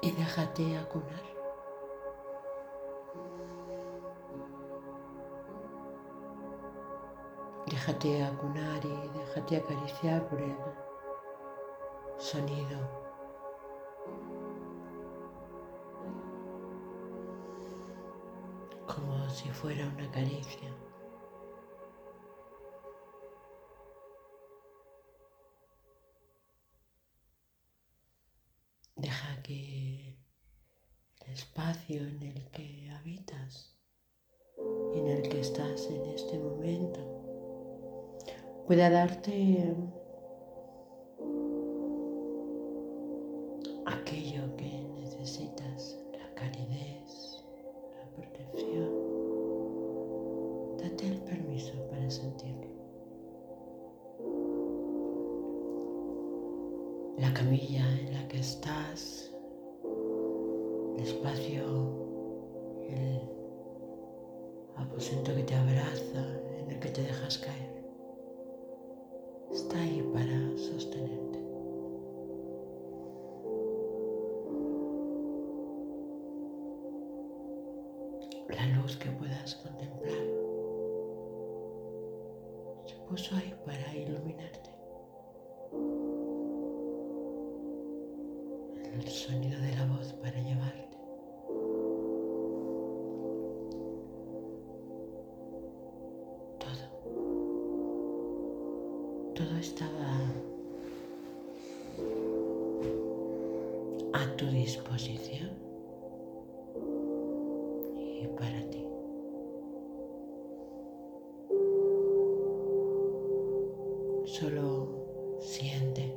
y déjate acunar. Déjate acunar y déjate acariciar por el sonido. Como si fuera una caricia. Deja que el espacio en el que habitas y en el que estás en este momento pueda darte aquello que necesitas, la calidez, la protección. Date el permiso para sentirlo. La camilla en la que estás, el espacio, el aposento que te abraza, en el que te dejas caer, está ahí para sostenerte. La luz que puedas contemplar se puso ahí para iluminarte. El sonido de la voz para llevarte. Todo estaba a tu disposición y para ti. Solo siente.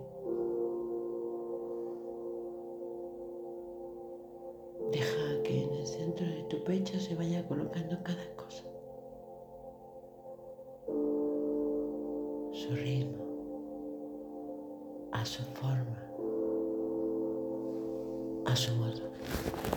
Deja que en el centro de tu pecho se vaya colocando cada cosa. Su ritmo, a su forma, a su modo.